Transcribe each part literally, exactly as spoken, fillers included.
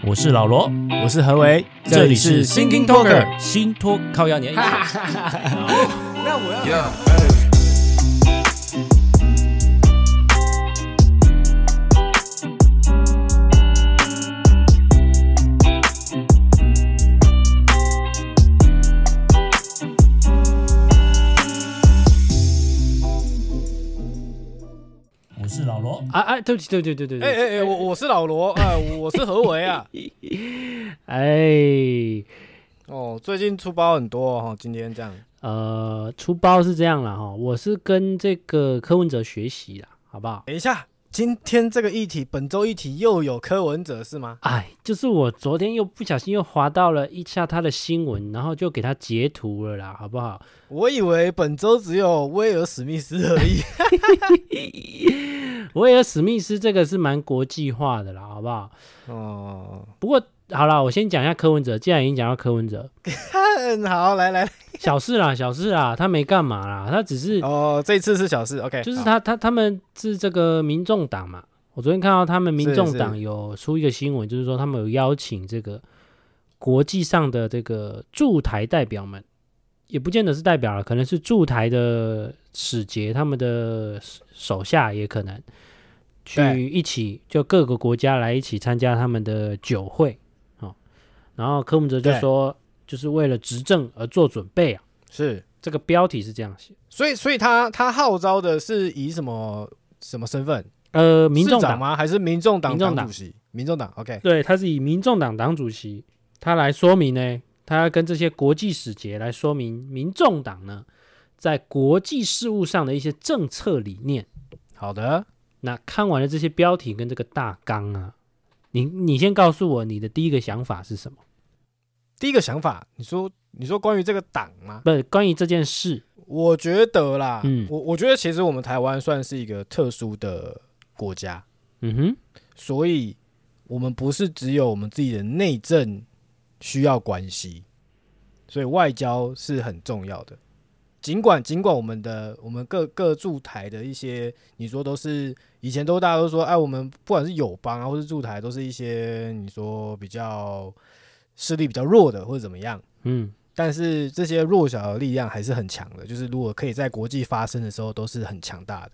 我是老罗， 我是何为， 这里是 Thinking Talker 新托靠压年。 那我要、yeah. 我是老罗啊啊！对不起，对对对对对， 哎哎哎，我我是老罗啊，我是何为啊。 哎， 哦，最近出包很多哈、哦，今天这样。 呃，出包是这样啦哈，我是跟这个柯文哲学习啦，好不好？ 等一下，今天这个议题，本周议题又有柯文哲是吗？ 哎，就是我昨天又不小心又滑到了一下他的新闻，然后就给他截图了啦，好不好？ 我以为本周只有威尔史密斯而已。 威尔史密斯这个是蛮国际化的啦，好不好？ 哦， 不过好啦，我先讲一下柯文哲，既然已经讲到柯文哲， 好，来来， 小事啦，小事啦，他没干嘛啦，他只是哦，这一次是小事 ，OK， 就是他他他们是这个民众党嘛，我昨天看到他们民众党有出一个新闻，就是说他们有邀请这个国际上的这个驻台代表们，也不见得是代表了，可能是驻台的使节，他们的手下也可能去一起，就各个国家来一起参加他们的酒会。然后柯文哲就说，就是为了执政而做准备啊。 是这个标题是这样写， 所以所以他他号召的是以什么什么身份？ 呃，民众党吗？还是民众党党主席？民众党 ，OK， 对，他是以民众党党主席，他来说明呢，他要跟这些国际使节来说明民众党呢在国际事务上的一些政策理念。 好的， 那看完了这些标题跟这个大纲啊，你你先告诉我你的第一个想法是什么？ 第一个想法，你说你说关于这个党吗？ 不，关于这件事， 我觉得啦， 嗯， 我我觉得其实我们台湾算是一个特殊的国家， 嗯哼， 所以我们不是只有我们自己的内政需要关系，所以外交是很重要的。尽管尽管我们的我们各各驻台的一些，你说都是以前都大家都说，哎，我们不管是友邦啊，或是驻台，都是一些你说比较势力比较弱的或者怎么样， 嗯， 但是这些弱小的力量还是很强的，就是如果可以在国际发生的时候，都是很强大的。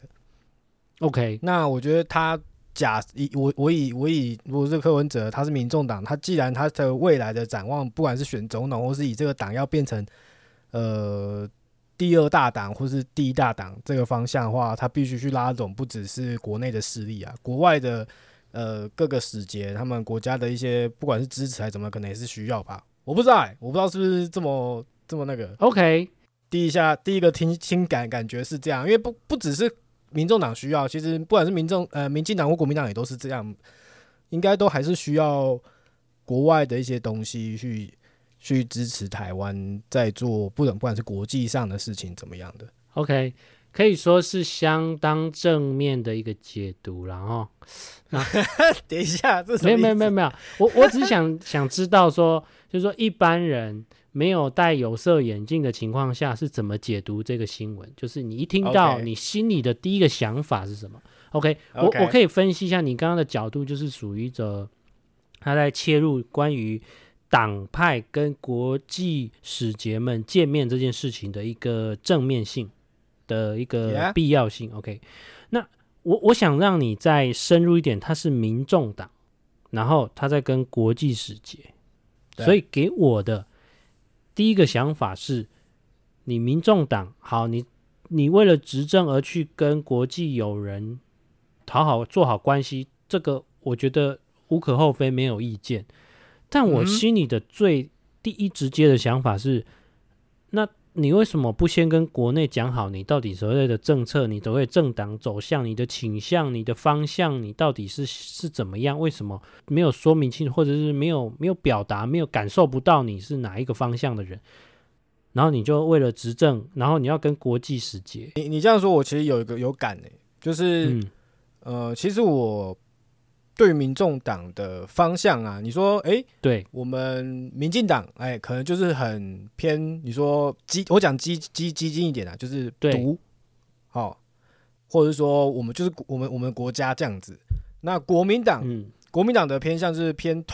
OK， 那我觉得他假以我我以我以如果是柯文哲，他是民众党，他既然他的未来的展望，不管是选总统，或是以这个党要变成呃第二大党或是第一大党这个方向的话，他必须去拉拢不只是国内的势力啊，国外的。呃，各个使节，他们国家的一些不管是支持还是怎么，可能也是需要吧。我不知道、欸，我不知道是不是这么这么那个。 OK， 第一下第一个听听感感觉是这样，因为不不只是民众党需要，其实不管是民众呃民进党或国民党也都是这样，应该都还是需要国外的一些东西去去支持台湾在做不不管是国际上的事情怎么样的。 OK。可以说是相当正面的一个解读啦齁。 等一下，这什么意思？ 没有没有没有没有，我我只是想想知道说，就是说一般人没有戴有色眼镜的情况下是怎么解读这个新闻？就是你一听到， okay. 你心里的第一个想法是什么 ？OK，, okay. 我我可以分析一下你刚刚的角度，就是属于着他在切入关于党派跟国际使节们见面这件事情的一个正面性。的一个必要性 ， OK， 那我我想让你再深入一点，他是民众党，然后他在跟国际使节，所以给我的第一个想法是，你民众党好，你你为了执政而去跟国际友人讨好做好关系，这个我觉得无可厚非，没有意见。但我心里的最第一直接的想法是，那。你为什么不先跟国内讲好你到底所谓的政策，你所谓政党走向，你的倾向，你的方向，你到底是是怎么样？为什么没有说明清楚，或者是没有没有表达，没有感受不到你是哪一个方向的人？然后你就为了执政，然后你要跟国际使节。 你你这样说，我其实有一个有感诶、欸，就是、 嗯、 呃，其实我。对民众党的方向啊，你说，哎， 对我们民进党，哎，可能就是很偏，你说激，我讲激激激进一点啊，就是独，好、哦，或者是说我们就是我们我们国家这样子。那国民党，嗯、国民党的偏向就是偏统，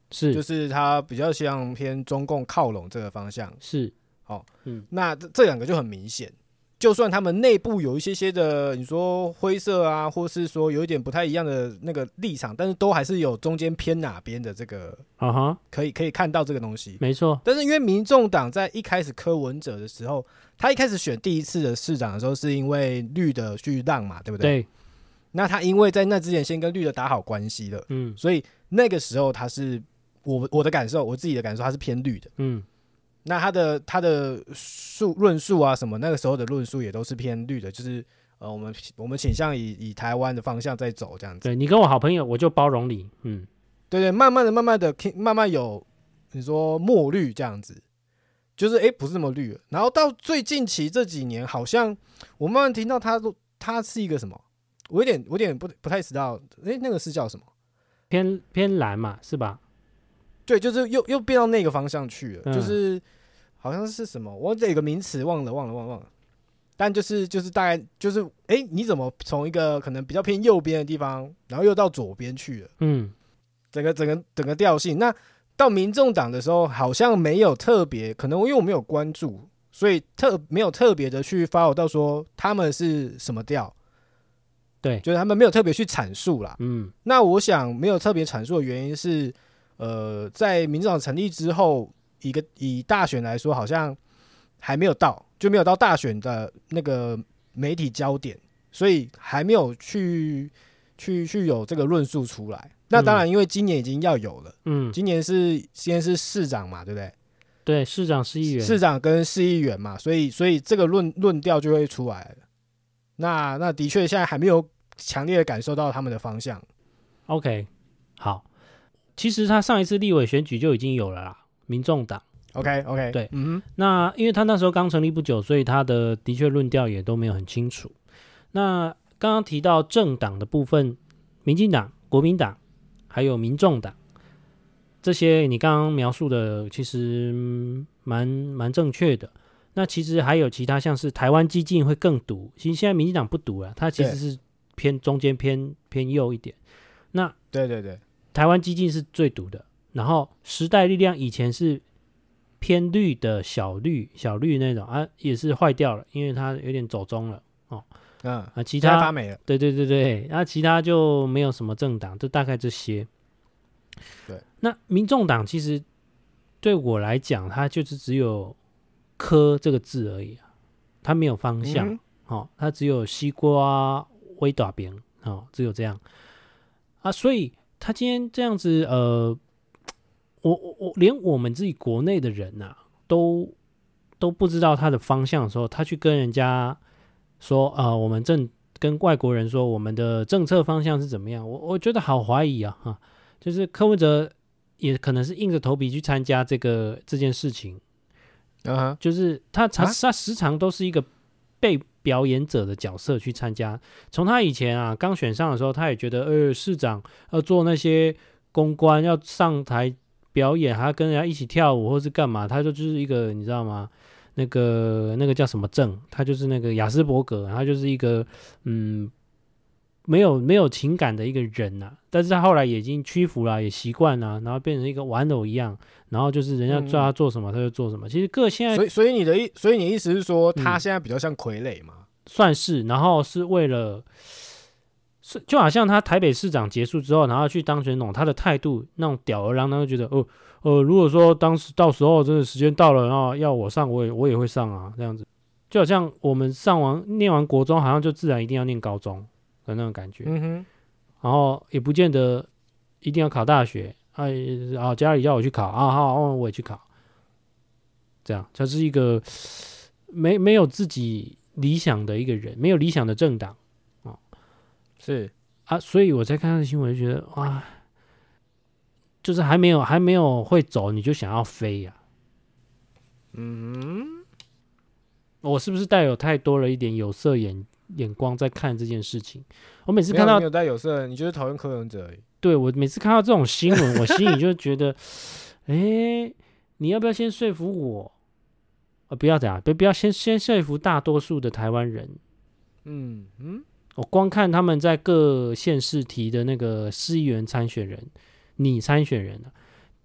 是， 就是他比较像偏中共靠拢这个方向。 是， 好、 嗯， 那这这两个就很明显。就算他们内部有一些些的，你说灰色啊，或是说有一点不太一样的那个立场，但是都还是有中间偏哪边的这个， 啊哈， 可以可以看到这个东西。 没错， 但是因为民众党在一开始柯文哲的时候，他一开始选第一次的市长的时候，是因为绿的去让嘛，对不对？ 对， 那他因为在那之前先跟绿的打好关系了， 嗯所以那个时候他是我我的感受，我自己的感受，他是偏绿的。 嗯， 那他的他的述论述啊什么，那个时候的论述也都是偏绿的，就是呃，我们我们倾向以以台湾的方向在走这样子。 对你跟我好朋友，我就包容你，嗯， 对对，慢慢的、慢慢的、慢慢有你说墨绿这样子，就是哎、欸、不是那么绿了。然后到最近期这几年，好像我慢慢听到他都他是一个什么，我有点我有点不不太知道，哎、欸、那个是叫什么？ 偏偏蓝嘛，是吧？ 对，就是又又变到那个方向去了， 嗯、 就是好像是什么，我有个名词忘了忘了忘了忘了。但就是就是大概就是，哎、欸，你怎么从一个可能比较偏右边的地方，然后又到左边去了？ 嗯， 整个整个整个调性。那到民众党的时候，好像没有特别，可能因为我没有关注，所以特没有特别的去 follow 到说他们是什么调。 对， 就是他们没有特别去阐述啦。 嗯， 那我想没有特别阐述的原因是，呃，在民众党成立之后，一个以大选来说，好像还没有到，就没有到大选的那个媒体焦点，所以还没有去去去有这个论述出来。那当然，因为今年已经要有了， 嗯， 今年是先是市长嘛，对不对？ 对，市长、市议员， 市长跟市议员嘛，所以所以这个论论调就会出来了。那那的确现在还没有强烈的感受到他们的方向。 OK， 好，其实他上一次立委选举就已经有了啦，民众党。 OK OK， 对， 嗯哼， 那因为他那时候刚成立不久，所以他的的确论调也都没有很清楚。那刚刚提到政党的部分，民进党、国民党还有民众党，这些你刚刚描述的其实蛮蛮正确的。那其实还有其他，像是台湾基进会更独，其实现在民进党不独了，它其实是偏中间偏偏右一点。那对对对， 台湾基进是最独的，然后时代力量以前是偏绿的小绿小绿那种啊，也是坏掉了，因为它有点走中了哦。 嗯啊，其他发霉了， 对对对对，那、啊、其他就没有什么政党，就大概这些。 对， 那民众党其实对我来讲，它就是只有科这个字而已啊，它没有方向， 嗯、 哦，它只有西瓜微大饼，哦，只有这样啊，所以他今天这样子，呃，我我我连我们自己国内的人呐、啊，都都不知道他的方向的时候，他去跟人家说，呃，我们正跟外国人说我们的政策方向是怎么样，我我觉得好怀疑啊，哈，就是柯文哲也可能是硬着头皮去参加这个这件事情。 Uh-huh. 就是他他啊他时常都是一个被表演者的角色去参加。从他以前啊刚选上的时候，他也觉得呃市长要做那些公关，要上台表演，还要跟人家一起跳舞或是干嘛，他就就是一个你知道吗？那个那个叫什么症？他就是那个亚斯伯格，他就是一个嗯没有没有情感的一个人呐、啊。但是他后来也已经屈服了，也习惯了，然后变成一个玩偶一样。然后就是人家叫他做什么，嗯、他就做什么。其实各现在， 所以所以你的意，所以你的意思是说，他现在比较像傀儡嘛、嗯？ 算是，然后是为了，是就好像他台北市长结束之后，然后去当选总，他的态度那种吊儿郎当，就觉得哦呃，如果说当时到时候真的时间到了，然后要我上，我也我也会上啊，这样子，就好像我们上完念完国中，好像就自然一定要念高中的那种感觉。 嗯哼， 然后也不见得一定要考大学。哎，啊，家里叫我去考啊，好，我也去考。这样，他是一个没没有自己理想的一个人，没有理想的政党哦， 是啊，所以我在看他的新闻，就觉得哇，就是还没有还没有会走，你就想要飞呀、啊？ 嗯， 我是不是带有太多了一点有色眼眼光在看这件事情？我每次看到没有带有色，你就是讨厌柯文哲而已。 对，我每次看到这种新闻，我心里就觉得，哎，你要不要先说服我？呃，不要这样，不不要先先说服大多数的台湾人。 嗯嗯， 我光看他们在各县市提的那个市议员参选人，你参选人啊，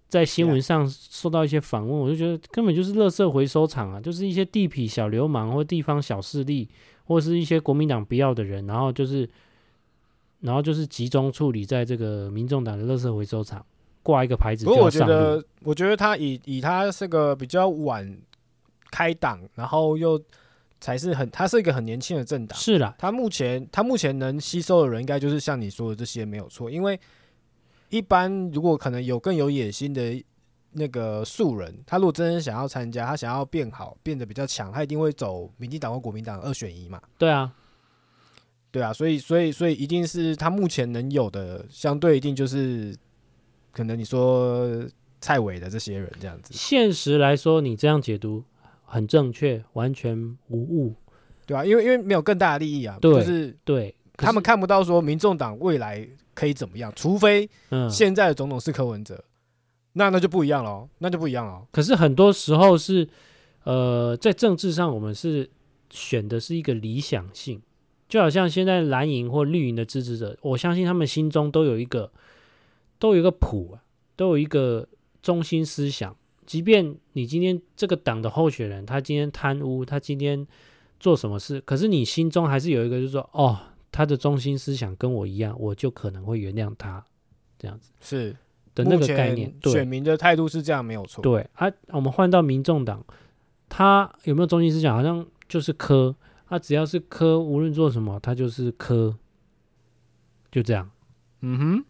在新闻上受到一些访问，我就觉得根本就是垃圾回收场啊，就是一些地痞小流氓或地方小势力，或是一些国民党不要的人，然后就是然后就是集中处理在这个民众党的垃圾回收场，挂一个牌子就要上路。 不过我觉得，我觉得他以以他是个比较晚开党，然后又才是很，他是一个很年轻的政党。 是啦， 他目前他目前能吸收的人，应该就是像你说的这些没有错。因为一般如果可能有更有野心的那个素人，他如果真的想要参加，他想要变好，变得比较强，他一定会走民进党或国民党二选一嘛。 对啊， 对啊，所以所以所以一定是他目前能有的，相对一定就是可能你说蔡伟的这些人这样子。 现实来说，你这样解读很正确，完全无误。 对啊，因为因为没有更大的利益啊， 对就是对， 他们看不到说民众党未来可以怎么样，除非现在的总统是柯文哲，嗯、那那就不一样了，那就不一样了。 可是很多时候是，呃，在政治上我们是选的是一个理想性，就好像现在蓝营或绿营的支持者，我相信他们心中都有一个都有一个谱啊，都有一个中心思想。即便你今天这个党的候选人，他今天贪污，他今天做什么事，可是你心中还是有一个，就是说，哦，他的中心思想跟我一样，我就可能会原谅他，这样子是的那个概念。对， 选民的态度是这样，没有错。 对啊，我们换到民众党，他有没有中心思想？好像就是柯，他只要是柯，无论做什么，他就是柯，就这样。 嗯哼。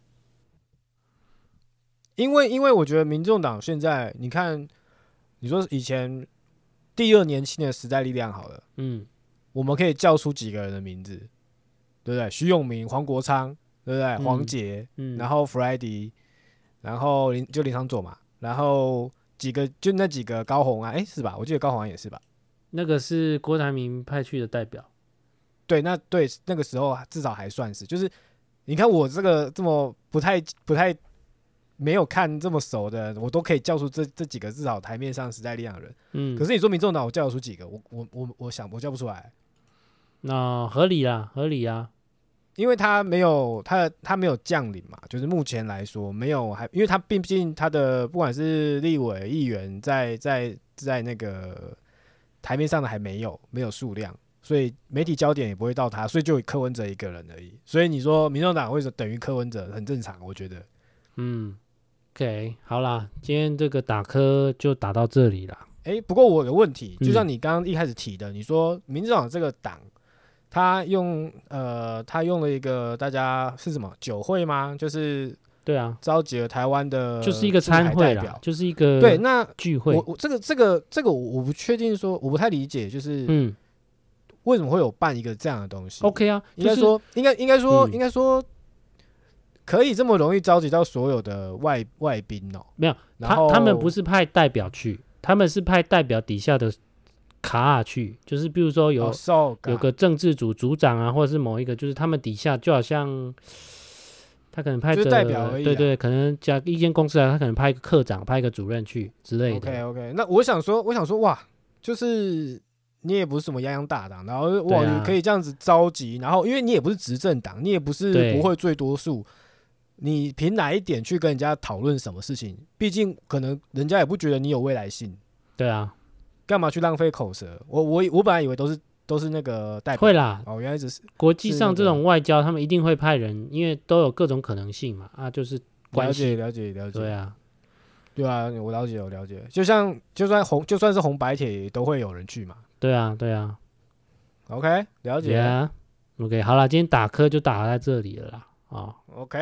因为，因为我觉得民众党现在，你看，你说以前第二年轻的时代力量好了，嗯，我们可以叫出几个人的名字，对不对？徐永明、黄国昌，对不对？嗯、黄捷，嗯，然后 Friday， 然后林就林昶佐嘛，然后几个就那几个高虹安，哎，是吧？我记得高虹安也是吧？ 那个是郭台铭派去的代表， 对，那对那个时候至少还算是，就是你看我这个这么不太不太。没有看这么熟的，我都可以叫出这这几个至少台面上时代力量的人。嗯，可是你说民众党，我叫得出几个？我我我我想我叫不出来。 那合理啦，合理啊， 因为他没有他他没有将领嘛，就是目前来说没有还，因为他毕竟他的不管是立委议员在在在那个台面上的还没有没有数量，所以媒体焦点也不会到他，所以就柯文哲一个人而已。所以你说民众党会等于柯文哲很正常，我觉得。 嗯。OK， 好啦，今天这个打科就打到这里啦。 哎，不过我有问题，就像你刚刚一开始提的，嗯、你说民进党这个党，他用呃，他用了一个大家是什么酒会吗？就是对啊， 召集了台湾的就是一个参会啦，就是一个对那聚会。 我我这个这个这个我不确定说，我不太理解，就是嗯，为什么会有办一个这样的东西 ？OK 啊， 应该说应该应该说应该说。可以这么容易召集到所有的外外宾哦？ 没有，他他们不是派代表去，他们是派代表底下的卡去，就是比如说有、oh, 有个政治组组长啊，或者是某一个，就是他们底下就好像他可能派就是代表而已、啊， 对对，可能加一间公司啊，他可能派一个科长，派一个主任去之类的。 OK OK， 那我想说，我想说，哇，就是你也不是什么泱泱大党，然后哇，啊、你可以这样子召集，然后因为你也不是执政党，你也不是国会最多数。你凭哪一点去跟人家讨论什么事情？毕竟可能人家也不觉得你有未来性。 对啊， 干嘛去浪费口舌？我我我本来以为都是都是那个代表。 会啦， 哦，原来只是国际上这种外交，他们一定会派人，因为都有各种可能性嘛。啊，就是了解了解了解。 对啊， 对啊，我了解我了解。就像就算红就算是红白帖，都会有人去嘛。 对啊对啊。 OK， 了解。 Yeah, OK， 好了，今天打科就打在这里了啦。哦 ，OK，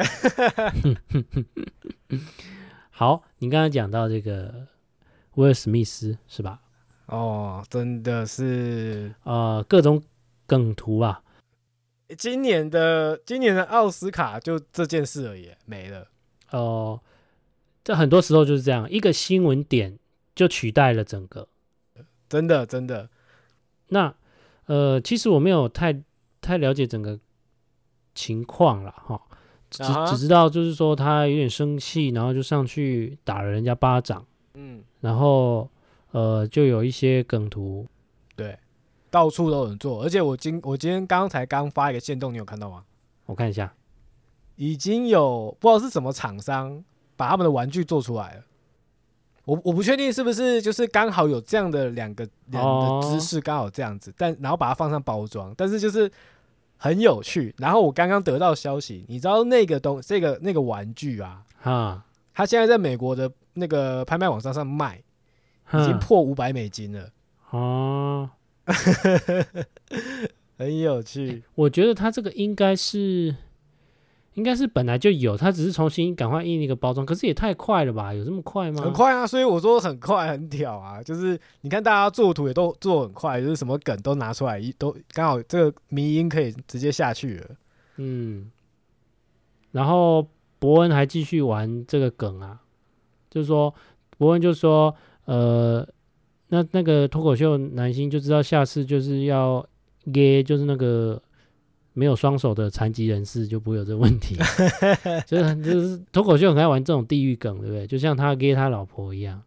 好，你刚才讲到这个威尔史密斯是吧？ 哦，真的是呃各种梗图啊。 今年的今年的奥斯卡就这件事而已，没了。 哦、呃，这很多时候就是这样，一个新闻点就取代了整个， 真的真的。 那呃，其实我没有太太了解整个情况啦，哈，只、uh-huh. 只知道就是说他有点生气，然后就上去打了人家巴掌，嗯，然后呃就有一些梗图， 对，到处都有人做，而且我今我今天刚才刚发一个限动，你有看到吗？ 我看一下， 已经有不知道是什么厂商把他们的玩具做出来了， 我我不确定是不是就是刚好有这样的两个人的姿势刚好这样子，但然后把它放上包装，但是就是很有趣。然后我刚刚得到消息，你知道那个东这个那个玩具啊， 哈， 它现在在美国的那个拍卖网站上卖，已经破五百美金了。 哦， 很有趣。 我觉得它这个应该是。应该是本来就有，它只是重新赶快印一个包装，可是也太快了吧？有这么快吗？ 很快啊，所以我说很快很屌啊，就是你看大家做图也都做很快，就是什么梗都拿出来，都刚好这个迷因可以直接下去了。 嗯，然后伯恩还继续玩这个梗啊，就是说伯恩就说，呃，那那个脱口秀男星就知道下次就是要约，就是那个。没有双手的残疾人士就不会有这个问题，就是就是脱口秀很爱玩这种地狱梗，对不对？就像他给他老婆一样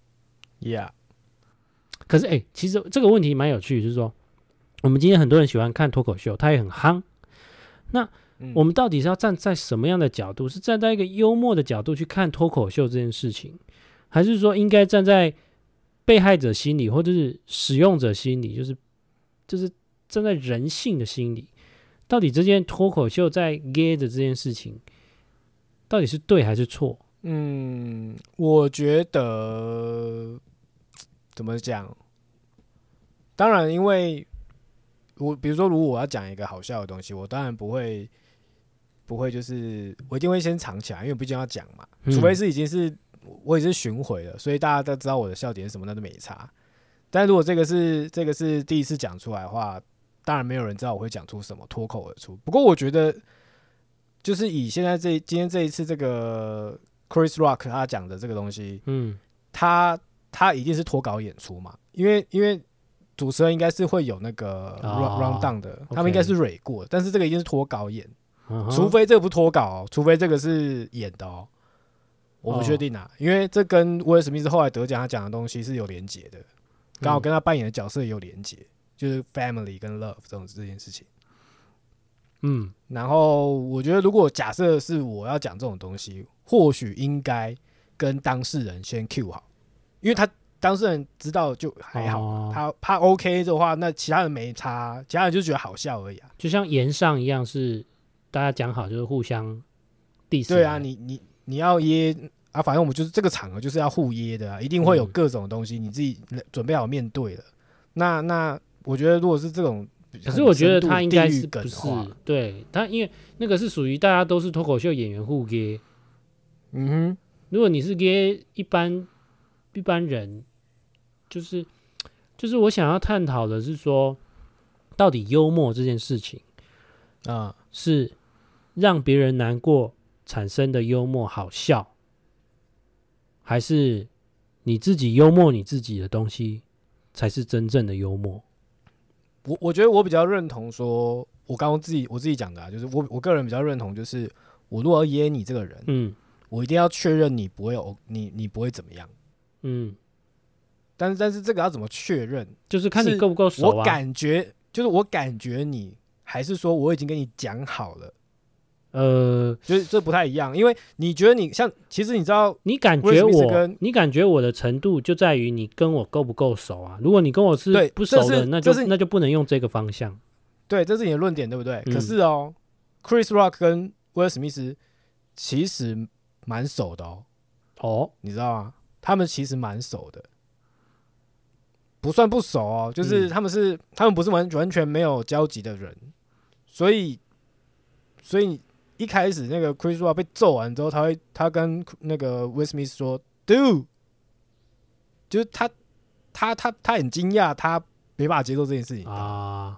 ，Yeah。 可是哎、欸，其实这个问题蛮有趣，就是说我们今天很多人喜欢看脱口秀，他也很夯。那我们到底是要站在什么样的角度？是站在一个幽默的角度去看脱口秀这件事情，还是说应该站在被害者心理，或者是使用者心理，就是就是站在人性的心理？到底这件脱口秀在 gay 的这件事情，到底是对还是错？ 嗯，我觉得怎么讲？当然，因为我比如说，如果我要讲一个好笑的东西，我当然不会不会就是我一定会先藏起来，因为我毕竟要讲嘛。除非是已经是我也是巡回了，所以大家都知道我的笑点是什么，那都没差。但如果这个是这个是第一次讲出来的话，当然没有人知道我会讲出什么，脱口而出。不过我觉得，就是以现在这今天这一次这个 Chris Rock 他讲的这个东西，嗯，他他一定是脱稿演出嘛，因为因为主持人应该是会有那个 round down 的，哦、他们应该是蕊过，但是这个一定是脱稿演，嗯、除非这个不脱稿、哦，除非这个是演的哦，我不确定啊，哦、因为这跟威尔史密斯后来得奖他讲的东西是有连结的，刚好跟他扮演的角色也有连结。就是 family 跟 love 这种这件事情，嗯，然后我觉得如果假设是我要讲这种东西，或许应该跟当事人先 cue 好，因为他当事人知道就还好，哦、他他 OK 的话，那其他人没差，其他人就觉得好笑而已啊。 就像言上一样，是大家讲好就是互相 diss。 对啊，你你你要噎啊，反正我们就是这个场合就是要互噎的啊，一定会有各种东西，嗯、你自己准备好面对了。那那。我觉得如果是这种， 可是我觉得他应该是不是对他，因为那个是属于大家都是脱口秀演员互给，嗯哼。如果你是给一般一般人，就是就是我想要探讨的是说，到底幽默这件事情啊，是让别人难过产生的幽默好笑，还是你自己幽默你自己的东西才是真正的幽默？ 我我觉得我比较认同说，我刚刚自己我自己讲的啊，就是我我个人比较认同，就是我如果要噎你这个人，嗯，我一定要确认你不会有你你不会怎么样，嗯，但是但是这个要怎么确认？ 就是看你够不够熟啊。 我感觉就是我感觉你，还是说我已经跟你讲好了。呃，就是这不太一样，因为你觉得你像，其实你知道， 你感觉我，你感觉我的程度就在于你跟我够不够熟啊。如果你跟我是不熟的，那就那就不能用这个方向。 对，这是你的论点，对不对？嗯、可是哦 ，Chris Rock 跟威尔史密斯其实蛮熟的哦。哦，你知道吗？他们其实蛮熟的，不算不熟哦，就是他们是、嗯、他们不是完完全没有交集的人，所以所以。一开始那个 Chris Rock 被揍完之后，他会他跟那个 Will Smith 说 "Dude"， 就是他他他他很惊讶，他没办法接受这件事情啊。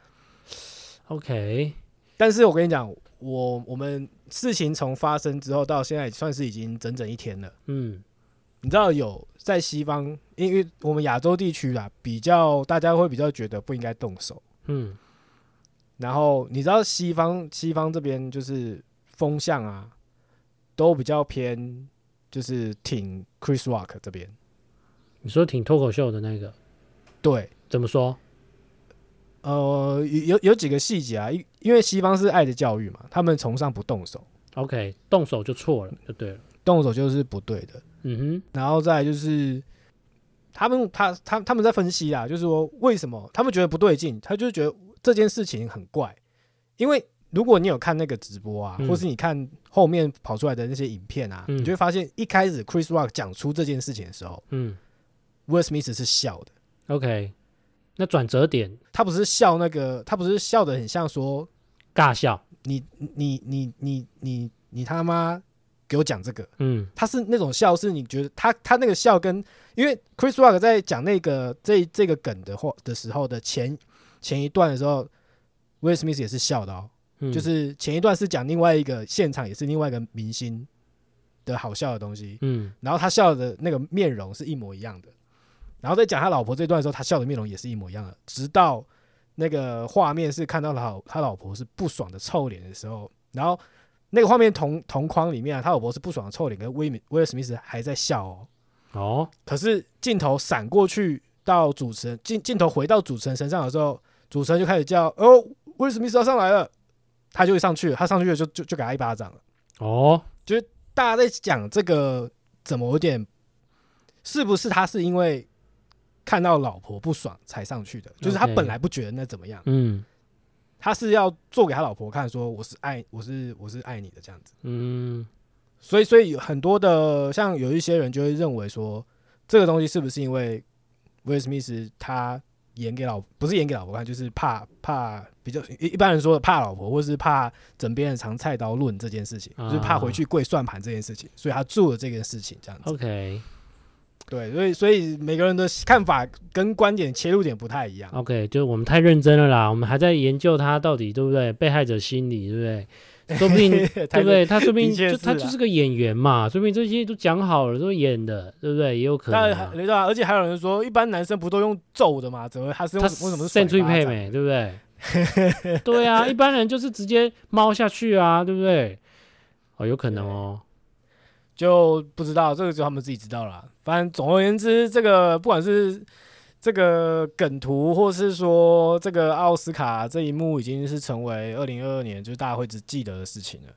OK， 但是我跟你讲，我我们事情从发生之后到现在，算是已经整整一天了。嗯，你知道有在西方，因为我们亚洲地区啦，比较大家会比较觉得不应该动手。嗯。然后你知道西方西方这边就是风向啊，都比较偏，就是挺 Chris Rock 这边。 你说挺脱口秀的那个？ 对， 怎么说？ 呃，有有几个细节啊，因为西方是爱的教育嘛，他们崇尚不动手。 OK， 动手就错了，就对了。 动手就是不对的。 嗯哼， 然后再来就是他们他他他们在分析啦，就是说为什么他们觉得不对劲，他就觉得这件事情很怪，因为如果你有看那个直播啊， 嗯、 或是你看后面跑出来的那些影片啊， 嗯、 你就会发现一开始 Chris Rock 讲出这件事情的时候，嗯 ，Will Smith 是笑的。 OK， 那转折点， 他不是笑那个，他不是笑的很像说尬笑， 你你你你你你他妈给我讲这个， 嗯， 他是那种笑，是你觉得他他那个笑跟，因为 Chris Rock 在讲那个这这个梗的话的时候的前前一段的时候 ，Will Smith 也是笑的哦，嗯、就是前一段是讲另外一个现场也是另外一个明星的好笑的东西，嗯，然后他笑的那个面容是一模一样的，然后在讲他老婆这段的时候，他笑的面容也是一模一样的，直到那个画面是看到他他老婆是不爽的臭脸的时候，然后。那个画面同同框里面、啊，他老婆是不爽的臭脸，跟威威尔史密斯还在笑哦。哦，可是镜头闪过去到主持人，镜镜头回到主持人身上的时候，主持人就开始叫：“哦，威尔史密斯要上来了。”他就会上去了，他上去了就就就给他一巴掌了。哦，就是大家在讲这个怎么有点，是不是他是因为看到老婆不爽才上去的？就是他本来不觉得那怎么样。嗯。他是要做给他老婆看，说我是爱，我是我是爱你的这样子。嗯，所以所以很多的像有一些人就会认为说，这个东西是不是因为威尔史密斯他演给老不是演给老婆看，就是怕怕比较一般人说的怕老婆，或是怕枕边人藏菜刀论这件事情，啊、就是怕回去跪算盘这件事情，所以他做了这件事情这样子。 OK。 对，所以所以每个人的看法跟观点切入点不太一样。 OK， 就是我们太认真了啦，我们还在研究他到底对不对，被害者心理对不对？说不定对不对？他说不定就他就是个演员嘛，说不定这些都讲好了，都演的，对不对？也有可能、啊。 对啊，而且还有人说，一般男生不都用揍的吗？怎么他是用为什么是甩巴掌？ 配美，对不对？对啊，一般人就是直接猫下去啊，对不对？哦，有可能哦。 就不知道，这个只有他们自己知道啦。反正总而言之，这个不管是这个梗图，或是说这个奥斯卡这一幕，已经是成为二零二二年就是大家会只记得的事情了。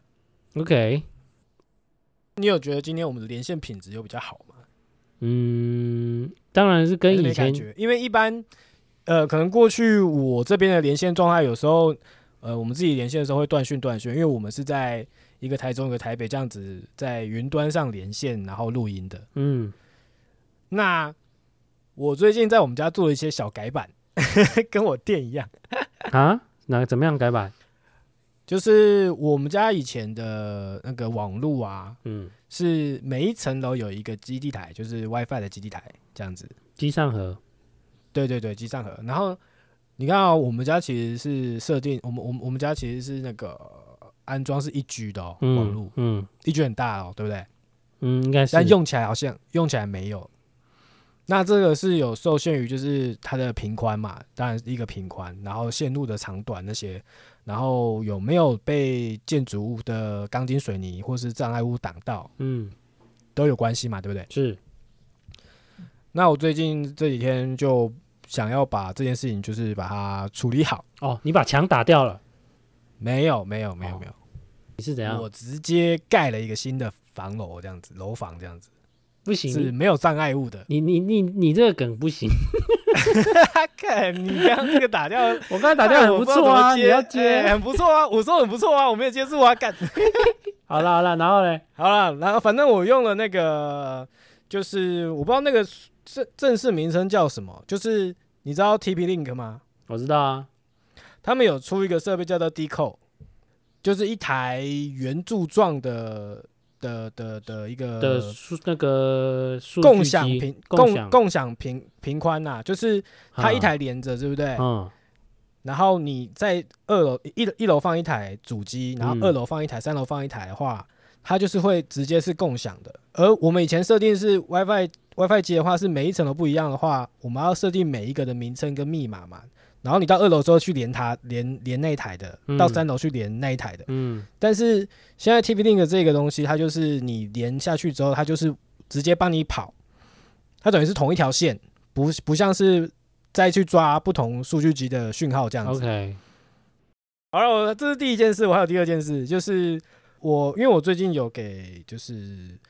OK， 你有觉得今天我们的连线品质有比较好吗？ 嗯，当然是跟以前， 因为一般呃，可能过去我这边的连线状态，有时候呃，我们自己连线的时候会断讯断讯，因为我们是在一个台中一个台北这样子在云端上连线然后录音的。嗯，那我最近在我们家做了一些小改版跟我店一样啊，哪个怎么样改版？ 就是我们家以前的那个网路啊，嗯，是每一层楼有一个基地台，就是 WiFi 的基地台这样子， 机上盒。 对对对，机上盒。然后你看啊、哦，我们家其实是设定，我们我们我们家其实是那个安装是一 G 的、哦嗯、网路，嗯，一 G 很大哦，对不对？ 嗯，应该是。 但用起来好像用起来没有。那这个是有受限于就是它的频宽嘛，当然一个频宽，然后线路的长短那些，然后有没有被建筑物的钢筋水泥或是障碍物挡到，嗯，都有关系嘛，对不对？ 是。 那我最近这几天就想要把这件事情就是把它处理好。 哦，你把墙打掉了？ 没有，没有，没有，没有。 你是怎样？ 我直接盖了一个新的房楼，这样子，楼房这样子。 不行， 是没有障碍物的。 你你你你这个梗不行。 看你刚刚这个打掉， 我刚才打掉很不错啊，你要接、 欸、很不错啊，我说很不错啊，我没有接住啊，干。 好了好了，然后呢？ 好了，然后反正我用了那个，就是我不知道那个正正式名称叫什么，就是你知道 T P-Link 吗？ 我知道啊， 他们有出一个设备叫做 Decode， 就是一台圆柱状的。的的的一个的那个共享频共共享频频宽呐，就是它一台连着，对不对？嗯。然后你在二楼一一楼放一台主机，然后二楼放一台，嗯、三楼放一台的话，它就是会直接是共享的。而我们以前设定是 WiFi WiFi 机的话，是每一层楼不一样的话，我们要设定每一个的名称跟密码嘛。然后你到二楼之后去连它连连那一台的，嗯、到三楼去连那一台的。嗯。但是现在 T P-Link 这个东西，它就是你连下去之后，它就是直接帮你跑，它等于是同一条线，不不像是再去抓不同数据集的讯号这样子。 OK。 好了，这是第一件事，我还有第二件事，就是我因为我最近有给就是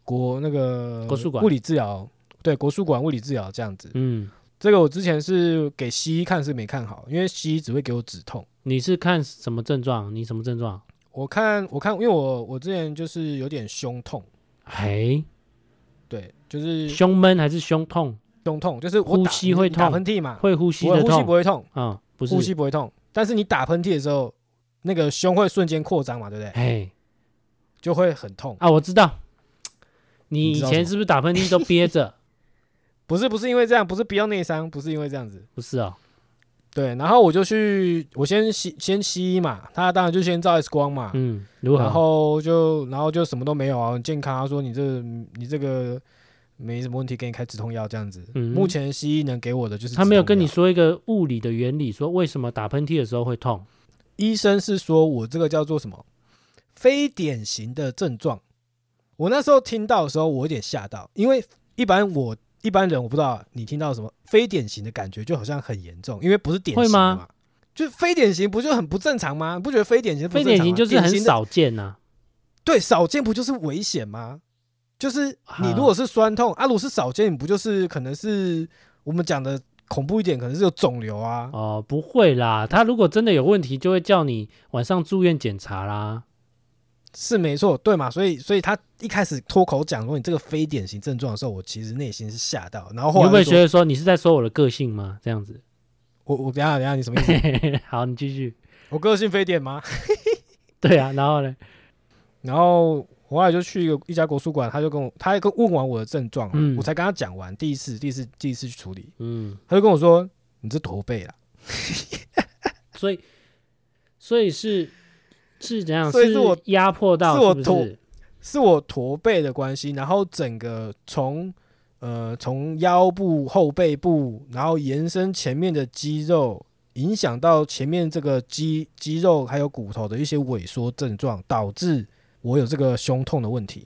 国那个国术馆物理治疗，对，国术馆物理治疗这样子。 嗯， 这个我之前是给西医看是没看好，因为西医只会给我止痛。 你是看什么症状？你什么症状？ 我看我看，因为我我之前就是有点胸痛， 嘿， 对，就是胸闷还是胸痛？ 胸痛，就是我呼打吸会痛你打喷嚏嘛， 会呼吸的我呼吸不痛？ 会痛， 嗯，不是呼吸不会痛，但是你打喷嚏的时候，那个胸会瞬间扩张嘛，对不对？ 嘿就会很痛。 啊，我知道。你以你知道什么前是不是打喷嚏都憋着？ 不是不是因为这样，不是不要内伤，不是因为这样子。 不是哦。 对，然后我就去，我先西先西医嘛，他当然就先照 X 光嘛， 嗯，如何？ 然后就然后就什么都没有啊，很健康。他说你这个你这个没什么问题，给你开止痛药这样子。 嗯目前西医能给我的就是止痛药。 他没有跟你说一个物理的原理，说为什么打喷嚏的时候会痛？ 医生是说我这个叫做什么非典型的症状。我那时候听到的时候，我有点吓到，因为一般我一般人我不知道你听到什么非典型的感觉，就好像很严重，因为不是典型的嘛。 会吗？ 就非典型不就很不正常吗？你不觉得非典型不非正常吗？ 典型就是很典型的少见呐、 对，少见不就是危险吗？就是你啊如果是酸痛啊，如果是少见，你不就是可能是我们讲的恐怖一点，可能是有肿瘤啊。 哦，不会啦，他如果真的有问题，就会叫你晚上住院检查啦。 是没错，对嘛？所以，所以他一开始脱口讲说你这个非典型症状的时候，我其实内心是吓到。然后后你会不会来就说觉得说你是在说我的个性吗？这样子。 我我等一下等一下你什么意思？ 好，你继续。 我个性非典吗？ 对啊，然后呢？ 然后我后来就去一个一家国术馆，他就跟我，他跟问完我的症状、 嗯我才跟他讲完。第一次，第一次，第一次去处理， 嗯， 他就跟我说：“你这驼背啦。 所以，所以是是怎样？ 所以是我压迫到，是不是我驼是？ 是我驼背的关系，然后整个从呃从腰部、后背部，然后延伸前面的肌肉，影响到前面这个肌肌肉还有骨头的一些萎缩症状，导致我有这个胸痛的问题。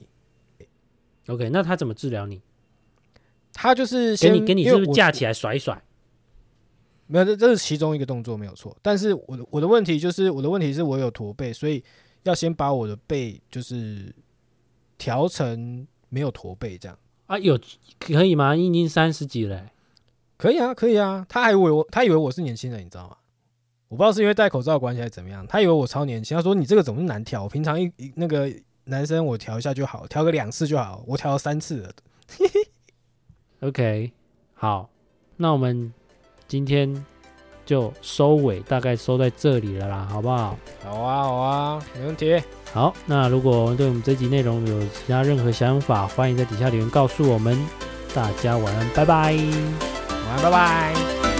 OK， 那他怎么治疗你？ 他就是给先你给你因为我是不是架起来甩一甩？ 没有，这这是其中一个动作没有错。但是我的我的问题就是我的问题是我有驼背，所以要先把我的背就是调成没有驼背这样。 啊，有可以吗？已经三十几了欸、 可以啊，可以啊。他还以为我，他以为我是年轻人，你知道吗？我不知道是因为戴口罩的关系还是怎么样，他以为我超年轻。他说你这个怎么难调？我平常一一那个男生我调一下就好，调个两次就好，我调了三次了。 OK， 好，那我们今天就收尾，大概收在这里了啦，好不好？ 好啊，好啊，没问题。 好，那如果对我们这集内容有其他任何想法，欢迎在底下留言告诉我们。大家晚安，拜拜。 晚安，拜拜。